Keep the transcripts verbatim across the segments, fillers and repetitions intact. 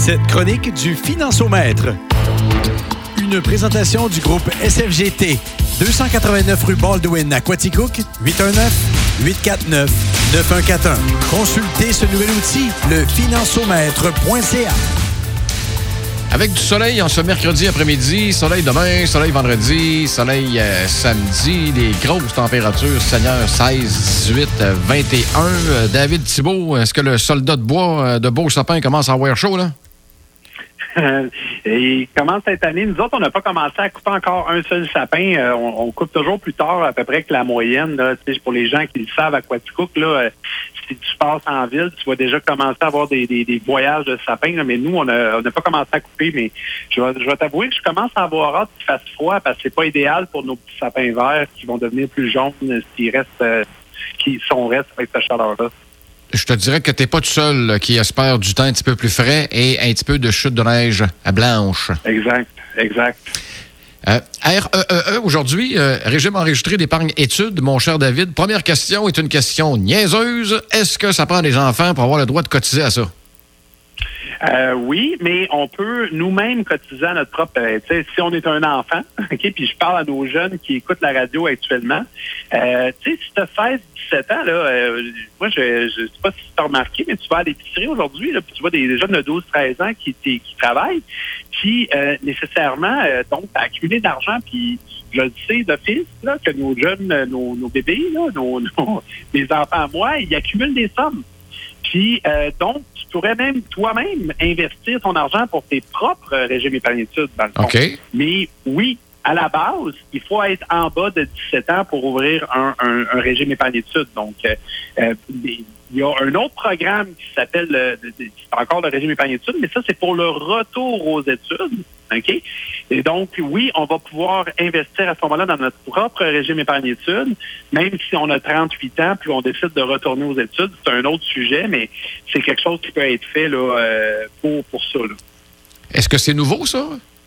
Cette chronique du Financiomètre. Une présentation du groupe S F G T. deux cent quatre-vingt-neuf rue Baldwin à Quaticook, huit un neuf, huit quatre neuf, neuf un quatre un. Consultez ce nouvel outil, le financiomètre point c a. Avec du soleil en ce mercredi après-midi, soleil demain, soleil vendredi, soleil euh, samedi, des grosses températures, Seigneur, seize, dix-huit, vingt et un. Euh, David Thibault, est-ce que le soldat de bois euh, de Beau-Sapin commence à avoir chaud, là? Il commence cette année. Nous autres, on n'a pas commencé à couper encore un seul sapin. Euh, on, on coupe toujours plus tard, à peu près que la moyenne. Là. Pour les gens qui le savent à Quaticook, là, euh, si tu passes en ville, tu vas déjà commencer à avoir des, des, des voyages de sapins. Là. Mais nous, on n'a on a pas commencé à couper. Mais je vais, je vais t'avouer que je commence à avoir hâte qu'il fasse froid parce que c'est pas idéal pour nos petits sapins verts qui vont devenir plus jaunes s'ils restent, euh, qui sont restés avec cette chaleur-là. Je te dirais que t'es pas tout seul qui espère du temps un petit peu plus frais et un petit peu de chute de neige à blanche. Exact, exact. Euh, R E E E, aujourd'hui, euh, régime enregistré d'épargne études, mon cher David. Première question est une question niaiseuse. Est-ce que ça prend des enfants pour avoir le droit de cotiser à ça? Euh, oui, mais on peut nous-mêmes cotiser à notre propre... Euh, tu sais, si on est un enfant, OK, puis je parle à nos jeunes qui écoutent la radio actuellement, euh, tu sais, si tu as seize dix-sept ans, là, euh, moi, je je sais pas si tu as remarqué, mais tu vas à l'épicerie aujourd'hui, là, puis tu vois des, des jeunes de douze treize ans qui, qui travaillent, puis euh, nécessairement, euh, donc, accumuler de l'argent, puis je le sais d'office, là, que nos jeunes, nos, nos bébés, là, nos, nos, mes enfants à moi, ils accumulent des sommes. Puis, euh, donc, tu pourrais même toi-même investir ton argent pour tes propres régimes épargne études, dans le fond. OK. Mais oui, à la base, il faut être en bas de dix-sept ans pour ouvrir un, un, un régime épargne études. Donc, euh, il y a un autre programme qui s'appelle, euh, c'est encore le régime épargne études, mais ça, c'est pour le retour aux études. OK? Et donc, oui, on va pouvoir investir à ce moment-là dans notre propre régime épargne études, même si on a trente-huit ans, puis on décide de retourner aux études. C'est un autre sujet, mais c'est quelque chose qui peut être fait là, euh, pour, pour ça. Là. Est-ce que c'est nouveau, ça?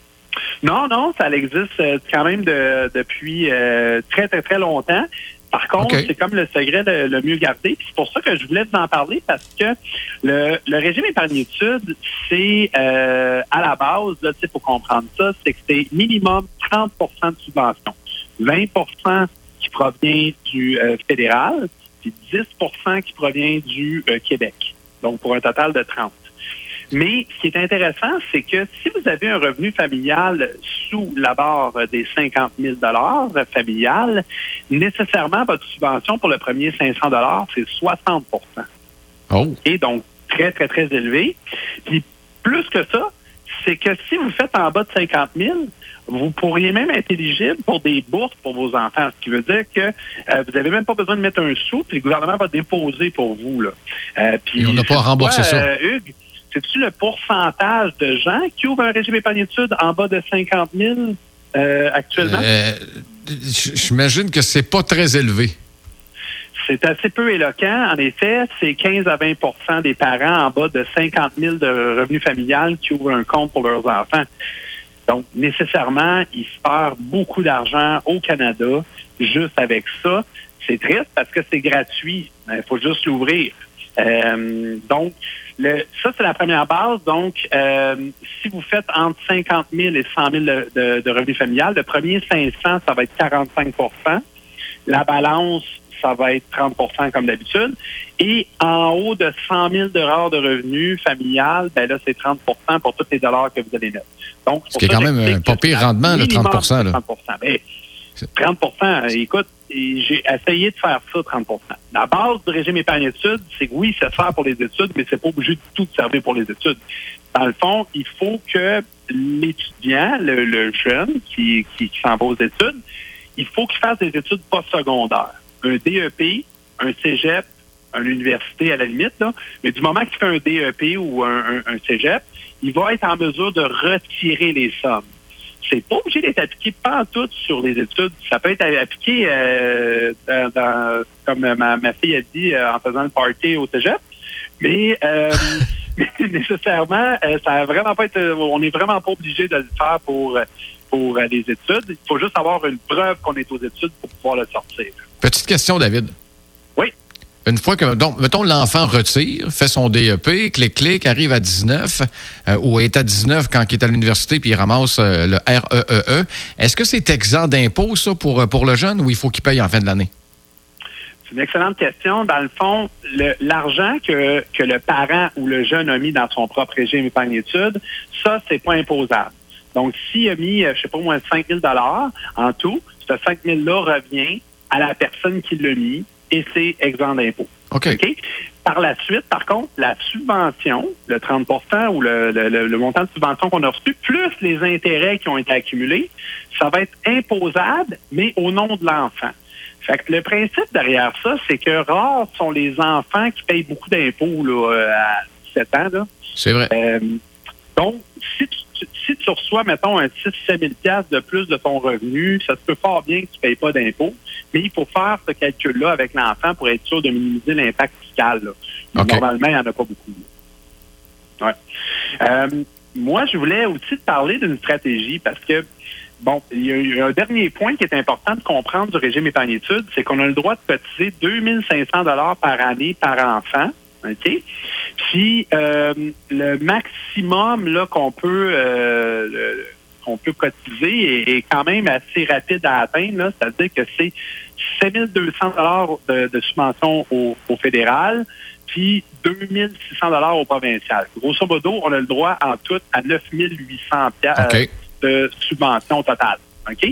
Non, non, ça existe euh, quand même de, depuis euh, très, très, très longtemps. Par contre, okay. C'est comme le secret le, le mieux gardé. Puis c'est pour ça que je voulais vous en parler parce que le, le régime épargne études, c'est euh, à la base, là, tu sais, pour comprendre ça, c'est que c'est minimum trente pour cent de subvention, vingt pour cent qui provient du euh, fédéral, puis dix pour cent qui provient du euh, Québec. Donc, pour un total de trente. Mais ce qui est intéressant, c'est que si vous avez un revenu familial sous la barre des cinquante mille dollars familial, nécessairement, votre subvention pour le premier cinq cents dollars, c'est soixante pour cent. Oh. Et donc, très, très, très élevé. Puis, plus que ça, c'est que si vous faites en bas de cinquante mille, vous pourriez même être éligible pour des bourses pour vos enfants, ce qui veut dire que euh, vous n'avez même pas besoin de mettre un sou, puis le gouvernement va déposer pour vous. Là. Euh, puis, Et on n'a pas à rembourser quoi, ça. Euh, Hugues, sais-tu le pourcentage de gens qui ouvrent un régime épargne études en bas de cinquante mille euh, actuellement? Euh, j'imagine que c'est pas très élevé. C'est assez peu éloquent. En effet, c'est quinze à vingt pour cent des parents en bas de cinquante mille de revenus familial qui ouvrent un compte pour leurs enfants. Donc, nécessairement, ils se perdent beaucoup d'argent au Canada juste avec ça. C'est triste parce que c'est gratuit. Il faut juste l'ouvrir. Euh, donc, le, ça, c'est la première base. Donc, euh, si vous faites entre cinquante mille et cent mille de, de, de revenus familial, le premier cinq cents, ça va être quarante-cinq pour cent. La balance, ça va être trente pour cent comme d'habitude. Et en haut de cent mille dollars de revenus familial, ben là, c'est trente pour cent pour tous les dollars que vous allez mettre. Donc, ce qui est quand même un pas pire rendement, le trente pour cent. Là. trente pour cent. Mais trente pour cent, écoute, j'ai essayé de faire ça, trente pour cent. La base du régime épargne-études, c'est que oui, ça sert pour les études, mais c'est pas obligé de tout servir pour les études. Dans le fond, il faut que l'étudiant, le, le jeune qui, qui, qui s'en va aux études, il faut qu'il fasse des études postsecondaires. Un D E P, un cégep, une université à la limite, là, mais du moment qu'il fait un D E P ou un, un, un cégep, il va être en mesure de retirer les sommes. C'est pas obligé d'être appliqué pantoute sur les études. Ça peut être appliqué euh, dans, dans, comme ma, ma fille a dit, euh, en faisant le party au cégep. Mais, euh, mais nécessairement, euh, ça a vraiment pas été, on n'est vraiment pas obligé de le faire pour, pour euh, les études. Il faut juste avoir une preuve qu'on est aux études pour pouvoir le sortir. Petite question, David. Oui. Une fois que, donc, mettons, l'enfant retire, fait son D E P, clic-clic, arrive à dix-neuf, euh, ou est à dix-neuf quand il est à l'université, puis il ramasse euh, le R E E E. Est-ce que c'est exempt d'impôt, ça, pour, pour le jeune, ou il faut qu'il paye en fin de l'année? C'est une excellente question. Dans le fond, le, l'argent que, que le parent ou le jeune a mis dans son propre régime épargne-études, ça, c'est pas imposable. Donc, s'il a mis, je sais pas moi, cinq mille dollars en tout, ce cinq mille dollars-là revient à la personne qui l'a mis et c'est exempt d'impôt. OK. OK? Par la suite, par contre, la subvention, le trente pour cent ou le, le, le montant de subvention qu'on a reçu, plus les intérêts qui ont été accumulés, ça va être imposable, mais au nom de l'enfant. Fait que le principe derrière ça, c'est que rares sont les enfants qui payent beaucoup d'impôts là, à dix-sept ans. Là. C'est vrai. Euh, donc, si tu, si tu reçois, mettons, un six à sept mille dollars de plus de ton revenu, ça se peut fort bien que tu ne payes pas d'impôts, mais il faut faire ce calcul-là avec l'enfant pour être sûr de minimiser l'impact fiscal. Là. Okay. Normalement, il n'y en a pas beaucoup. Ouais. Euh, moi, je voulais aussi te parler d'une stratégie parce que bon, il y a un dernier point qui est important de comprendre du régime épargne-études, c'est qu'on a le droit de cotiser deux mille cinq cents dollars par année par enfant. OK? Puis, euh, le maximum là, qu'on peut euh, le, qu'on peut cotiser est, est quand même assez rapide à atteindre. Là, c'est-à-dire que c'est sept mille deux cents dollars de, de subvention au, au fédéral, puis deux mille six cents dollars au provincial. Grosso modo, on a le droit en tout à neuf mille huit cents dollars. Okay. De subvention totale. OK?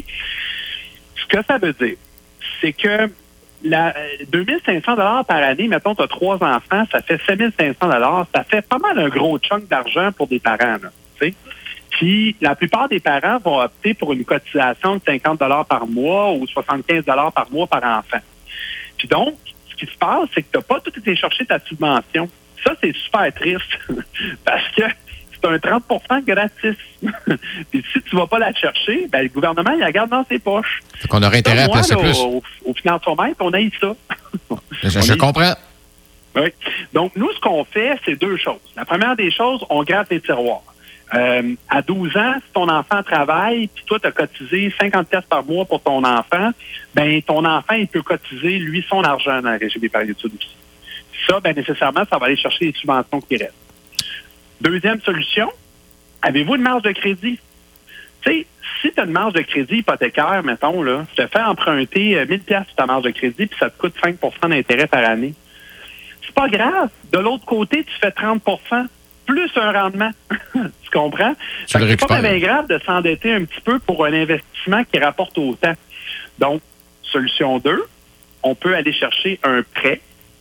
Ce que ça veut dire, c'est que la, deux mille cinq cents dollars par année, mettons, tu as trois enfants, ça fait sept mille cinq cents dollars. Ça fait pas mal un gros chunk d'argent pour des parents. Là, tu sais? Puis, la plupart des parents vont opter pour une cotisation de cinquante dollars par mois ou soixante-quinze dollars par mois par enfant. Puis donc, ce qui se passe, c'est que tu n'as pas tout été chercher ta subvention. Ça, c'est super triste parce que c'est un trente pour cent gratis. Puis si tu ne vas pas la chercher, ben, le gouvernement, il la garde dans ses poches. Fait qu'on aurait intérêt à placer là, plus. Au, au financemètre, on a eu ça. Je, je comprends. Oui. Donc, nous, ce qu'on fait, c'est deux choses. La première des choses, on gratte les tiroirs. Euh, à douze ans, si ton enfant travaille, puis toi, tu as cotisé cinquante piastres par mois pour ton enfant, ben ton enfant, il peut cotiser, lui, son argent dans le régime d'épargne-études aussi. Ça, ben nécessairement, ça va aller chercher les subventions qui restent. Deuxième solution, avez-vous une marge de crédit? Tu sais, si tu as une marge de crédit hypothécaire, mettons, là, tu te fais emprunter mille piastres sur ta marge de crédit puis ça te coûte cinq pour cent d'intérêt par année. C'est pas grave. De l'autre côté, tu fais trente pour cent plus un rendement. Tu comprends? Tu le c'est pas récupères. bien grave de s'endetter un petit peu pour un investissement qui rapporte autant. Donc, solution deux, on peut aller chercher un prêt,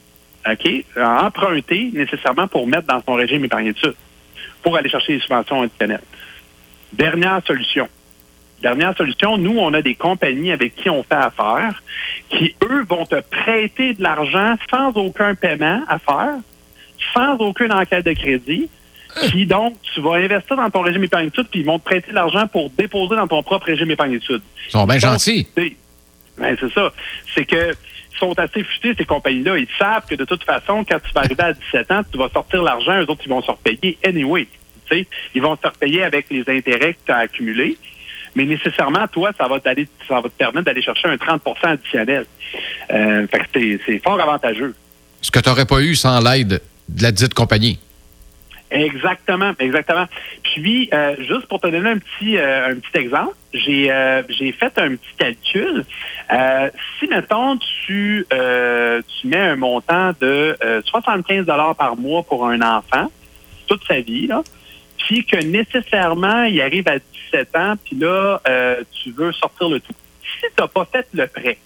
OK, emprunter nécessairement pour mettre dans son régime épargne-études, pour aller chercher les subventions additionnelles. Dernière solution. Dernière solution, nous, on a des compagnies avec qui on fait affaire qui, eux, vont te prêter de l'argent sans aucun paiement à faire, sans aucune enquête de crédit. Puis donc, tu vas investir dans ton régime épargne-études, puis ils vont te prêter de l'argent pour déposer dans ton propre régime épargne-études. Ils sont bien gentils. Ben, c'est ça. C'est que ils sont assez futés, ces compagnies-là. Ils savent que de toute façon, quand tu vas arriver à dix-sept ans, tu vas sortir l'argent, eux autres, ils vont se repayer anyway. Tu sais, ils vont se repayer avec les intérêts que tu as accumulés. Mais nécessairement, toi, ça va, t'aller, ça va te permettre d'aller chercher un trente pour cent additionnel. Euh, fait que c'est, c'est fort avantageux. Ce que tu n'aurais pas eu sans l'aide de la dite compagnie. Exactement, exactement. Puis, euh, juste pour te donner un petit euh, un petit exemple, j'ai euh, j'ai fait un petit calcul. Euh, si, mettons, tu, euh, tu mets un montant de euh, soixante-quinze dollars par mois pour un enfant, toute sa vie, là, puis que nécessairement, il arrive à dix-sept ans, puis là, euh, tu veux sortir le tout. Si tu n'as pas fait le prêt,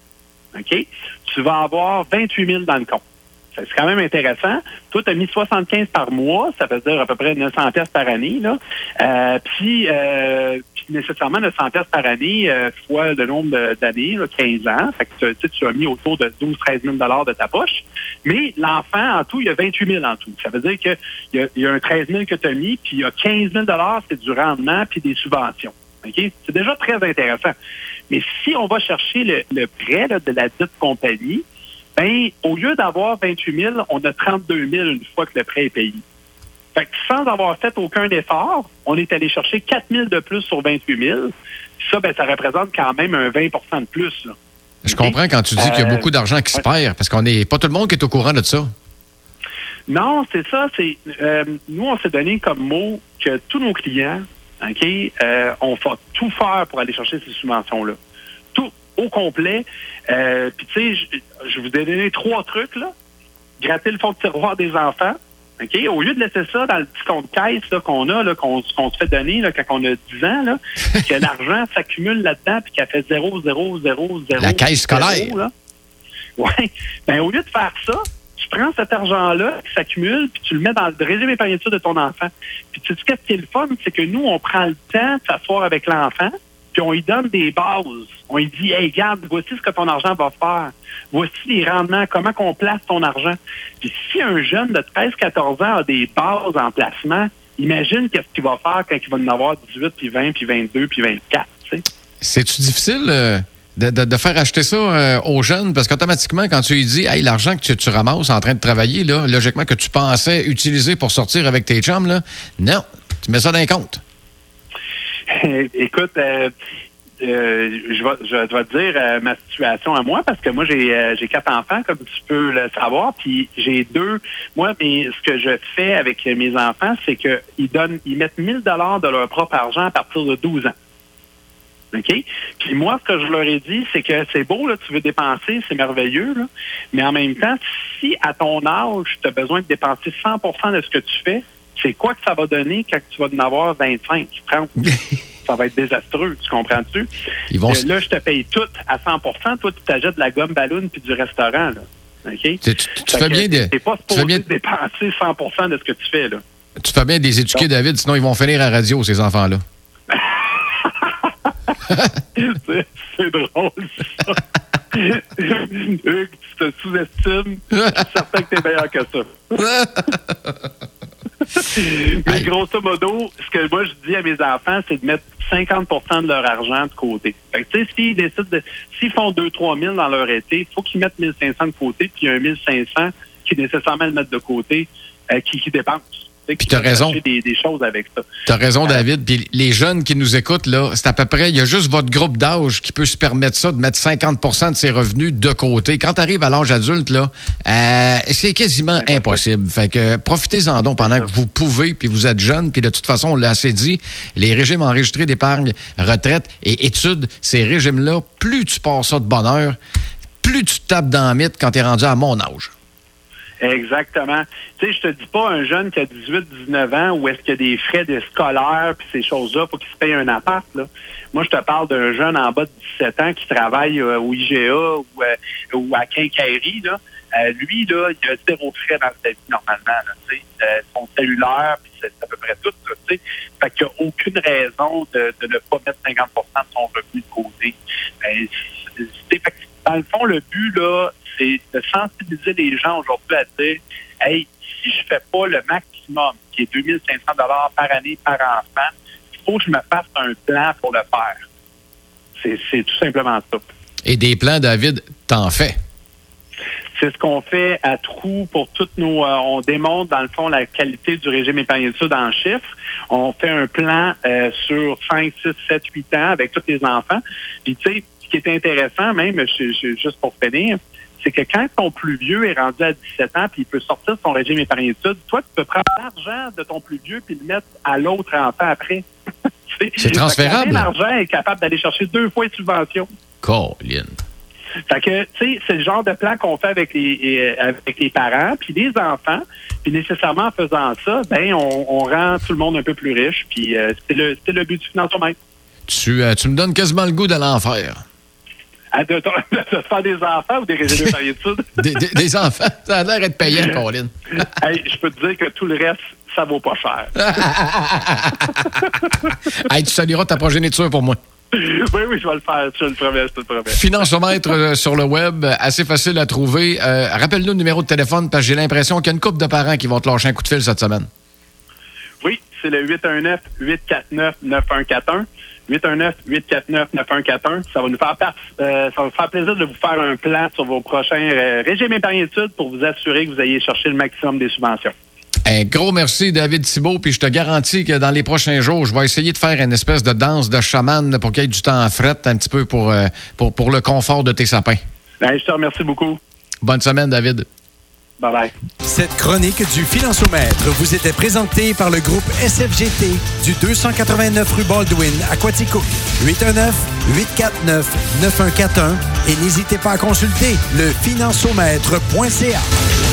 OK, tu vas avoir vingt-huit mille dans le compte. C'est quand même intéressant. Toi, tu as mis soixante-quinze par mois, ça veut dire à peu près neuf cents piastres par année. Là. Euh, puis, euh, puis, nécessairement, neuf cents piastres par année euh, fois le nombre d'années, là, quinze ans. Fait que tu, tu as mis autour de douze à treize mille dollars de ta poche. Mais l'enfant, en tout, il y a vingt-huit mille en tout. Ça veut dire qu'il y a, il y a un treize mille que tu as mis, puis il y a quinze mille dollars, c'est du rendement, puis des subventions. Okay? C'est déjà très intéressant. Mais si on va chercher le, le prêt là, de la dite compagnie, ben, au lieu d'avoir vingt-huit mille, on a trente-deux mille une fois que le prêt est payé. Fait que sans avoir fait aucun effort, on est allé chercher quatre mille de plus sur vingt-huit mille. Ça, ben, ça représente quand même un vingt pour cent de plus. Là. Je comprends quand tu dis euh, qu'il y a beaucoup d'argent qui se ouais. perd, parce qu'on n'est pas tout le monde qui est au courant de ça. Non, c'est ça. C'est euh, nous, on s'est donné comme mot que tous nos clients, OK, euh, on va tout faire pour aller chercher ces subventions-là. Tout au complet. Euh, Puis, tu sais, je, je vous ai donné trois trucs, là. Gratter le fond de tiroir des enfants. OK? Au lieu de laisser ça dans le petit compte caisse là, qu'on a, là, qu'on, qu'on se fait donner là, quand on a dix ans, là, que l'argent s'accumule là-dedans puis qu'elle fait zéro, zéro, zéro, zéro. La caisse scolaire. Oui. Bien, au lieu de faire ça, tu prends cet argent-là qui s'accumule puis tu le mets dans le régime épargne études de ton enfant. Puis tu sais, qu'est-ce qui est le fun? C'est que nous, on prend le temps de s'asseoir avec l'enfant puis on lui donne des bases. On lui dit, hey, regarde, voici ce que ton argent va faire. Voici les rendements, comment qu'on place ton argent. Puis si un jeune de treize à quatorze ans a des bases en placement, imagine qu'est-ce qu'il va faire quand il va en avoir dix-huit, puis vingt, puis vingt-deux, puis vingt-quatre. Tu sais. C'est-tu difficile euh, de, de, de faire acheter ça euh, aux jeunes? Parce qu'automatiquement, quand tu lui dis, hey, l'argent que tu, tu ramasses en train de travailler, là, logiquement, que tu pensais utiliser pour sortir avec tes chums, là, non, tu mets ça dans les comptes. Écoute, euh, euh, je, vais, je vais te dire euh, ma situation à moi, parce que moi, j'ai, euh, j'ai quatre enfants, comme tu peux le savoir, puis j'ai deux. Moi, mais ce que je fais avec mes enfants, c'est qu'ils donnent, ils mettent mille dollars de leur propre argent à partir de douze ans. OK? Puis moi, ce que je leur ai dit, c'est que c'est beau, là, tu veux dépenser, c'est merveilleux, là, mais en même temps, si à ton âge, tu as besoin de dépenser cent pour cent de ce que tu fais, c'est quoi que ça va donner quand tu vas en avoir vingt-cinq, trente? Ça va être désastreux, tu comprends-tu? Ils vont... euh, là, je te paye tout à cent pour cent. Toi, tu t'achètes de la gomme ballon puis du restaurant. Là. OK? Tu, tu, tu fais bien de... T'es pas supposé bien... dépenser cent pour cent de ce que tu fais. Là. Tu fais bien de les éduquer, donc... David, sinon ils vont finir à la radio, ces enfants-là. c'est, c'est drôle, ça. Hugues, tu te sous-estimes. Je suis certain que t'es meilleur que ça. Mais grosso modo, ce que moi je dis à mes enfants, c'est de mettre cinquante pour cent de leur argent de côté. Fait que, tu sais, s'ils décident de, s'ils font deux à trois mille dans leur été, il faut qu'ils mettent mille cinq cents de côté, puis il y a un mille cinq cents qui nécessairement le mettent de côté, euh, qui, qui dépensent. Puis tu as raison. Des, des choses avec ça. Tu as raison, David. Puis les jeunes qui nous écoutent, là, c'est à peu près, il y a juste votre groupe d'âge qui peut se permettre ça, de mettre cinquante pour cent de ses revenus de côté. Quand tu arrives à l'âge adulte, là, euh, c'est quasiment c'est impossible. Fait que profitez-en donc pendant que vous pouvez, puis vous êtes jeune. Puis de toute façon, on l'a assez dit, les régimes enregistrés d'épargne, retraite et études, ces régimes-là, plus tu pars ça de bonne heure, plus tu te tapes dans la mythe quand tu es rendu à mon âge. Exactement. Tu sais, je te dis pas un jeune qui a dix-huit dix-neuf ans où est-ce qu'il y a des frais de scolaires puis ces choses-là pour qu'il se paye un appart, là. Moi, je te parle d'un jeune en bas de dix-sept ans qui travaille euh, au I G A ou, euh, ou à Quincaillerie, là. Euh, lui, là, il a zéro frais dans sa vie normalement, là, tu sais. Euh, son cellulaire, puis c'est à peu près tout, là, tu sais. Fait qu'il n'y a aucune raison de, de ne pas mettre cinquante pour cent de son revenu de côté. Euh, c'est, c'est, fait que, dans le fond, le but, là, c'est de sensibiliser les gens aujourd'hui à dire, hey, si je fais pas le maximum, qui est deux mille cinq cents dollars par année par enfant, il faut que je me fasse un plan pour le faire. C'est, c'est tout simplement ça. Et des plans, David, t'en fais? C'est ce qu'on fait à Trou pour toutes nos... Euh, on démontre, dans le fond, la qualité du régime épargne études en chiffres. On fait un plan euh, sur cinq, six, sept, huit ans avec tous les enfants. Puis, tu sais, ce qui est intéressant, même, je, je, juste pour finir, c'est que quand ton plus vieux est rendu à dix-sept ans puis il peut sortir de son régime épargne études, toi, tu peux prendre l'argent de ton plus vieux puis le mettre à l'autre enfant après. C'est transférable. L'argent est capable d'aller chercher deux fois les subventions. Colin. Fait que, tu sais, c'est le genre de plan qu'on fait avec les, avec les parents, puis les enfants, puis nécessairement en faisant ça, ben, on, on rend tout le monde un peu plus riche, puis euh, c'est le, c'est le but du financement. Tu, euh, tu me donnes quasiment le goût d'aller en faire. À de, de, de faire des enfants ou des régimes épargne études? des, des, des enfants, ça a l'air d'être payant, Colin. Hey, je peux te dire que tout le reste, ça vaut pas cher. Hey, tu salueras ta progéniture pour moi. Oui, oui, je vais le faire, je le promets, je te le promets. Financiomètre euh, sur le web, assez facile à trouver. Euh, rappelle-nous le numéro de téléphone parce que j'ai l'impression qu'il y a une couple de parents qui vont te lâcher un coup de fil cette semaine. Oui, c'est le huit un neuf, huit quatre neuf, neuf un quatre un. huit un neuf, huit quatre neuf, neuf un quatre un. Ça va nous faire part, euh, ça va nous faire plaisir de vous faire un plan sur vos prochains euh, régimes épargne études pour vous assurer que vous ayez cherché le maximum des subventions. Un gros merci, David Thibault, puis je te garantis que dans les prochains jours, je vais essayer de faire une espèce de danse de chaman pour qu'il y ait du temps à frette, un petit peu pour, euh, pour, pour le confort de tes sapins. Ben, je te remercie beaucoup. Bonne semaine, David. Bye-bye. Cette chronique du Financiomètre vous était présentée par le groupe S F G T du deux cent quatre-vingt-neuf rue Baldwin à Quaticook. huit un neuf, huit quatre neuf, neuf un quatre un et n'hésitez pas à consulter le financiomètre point c a.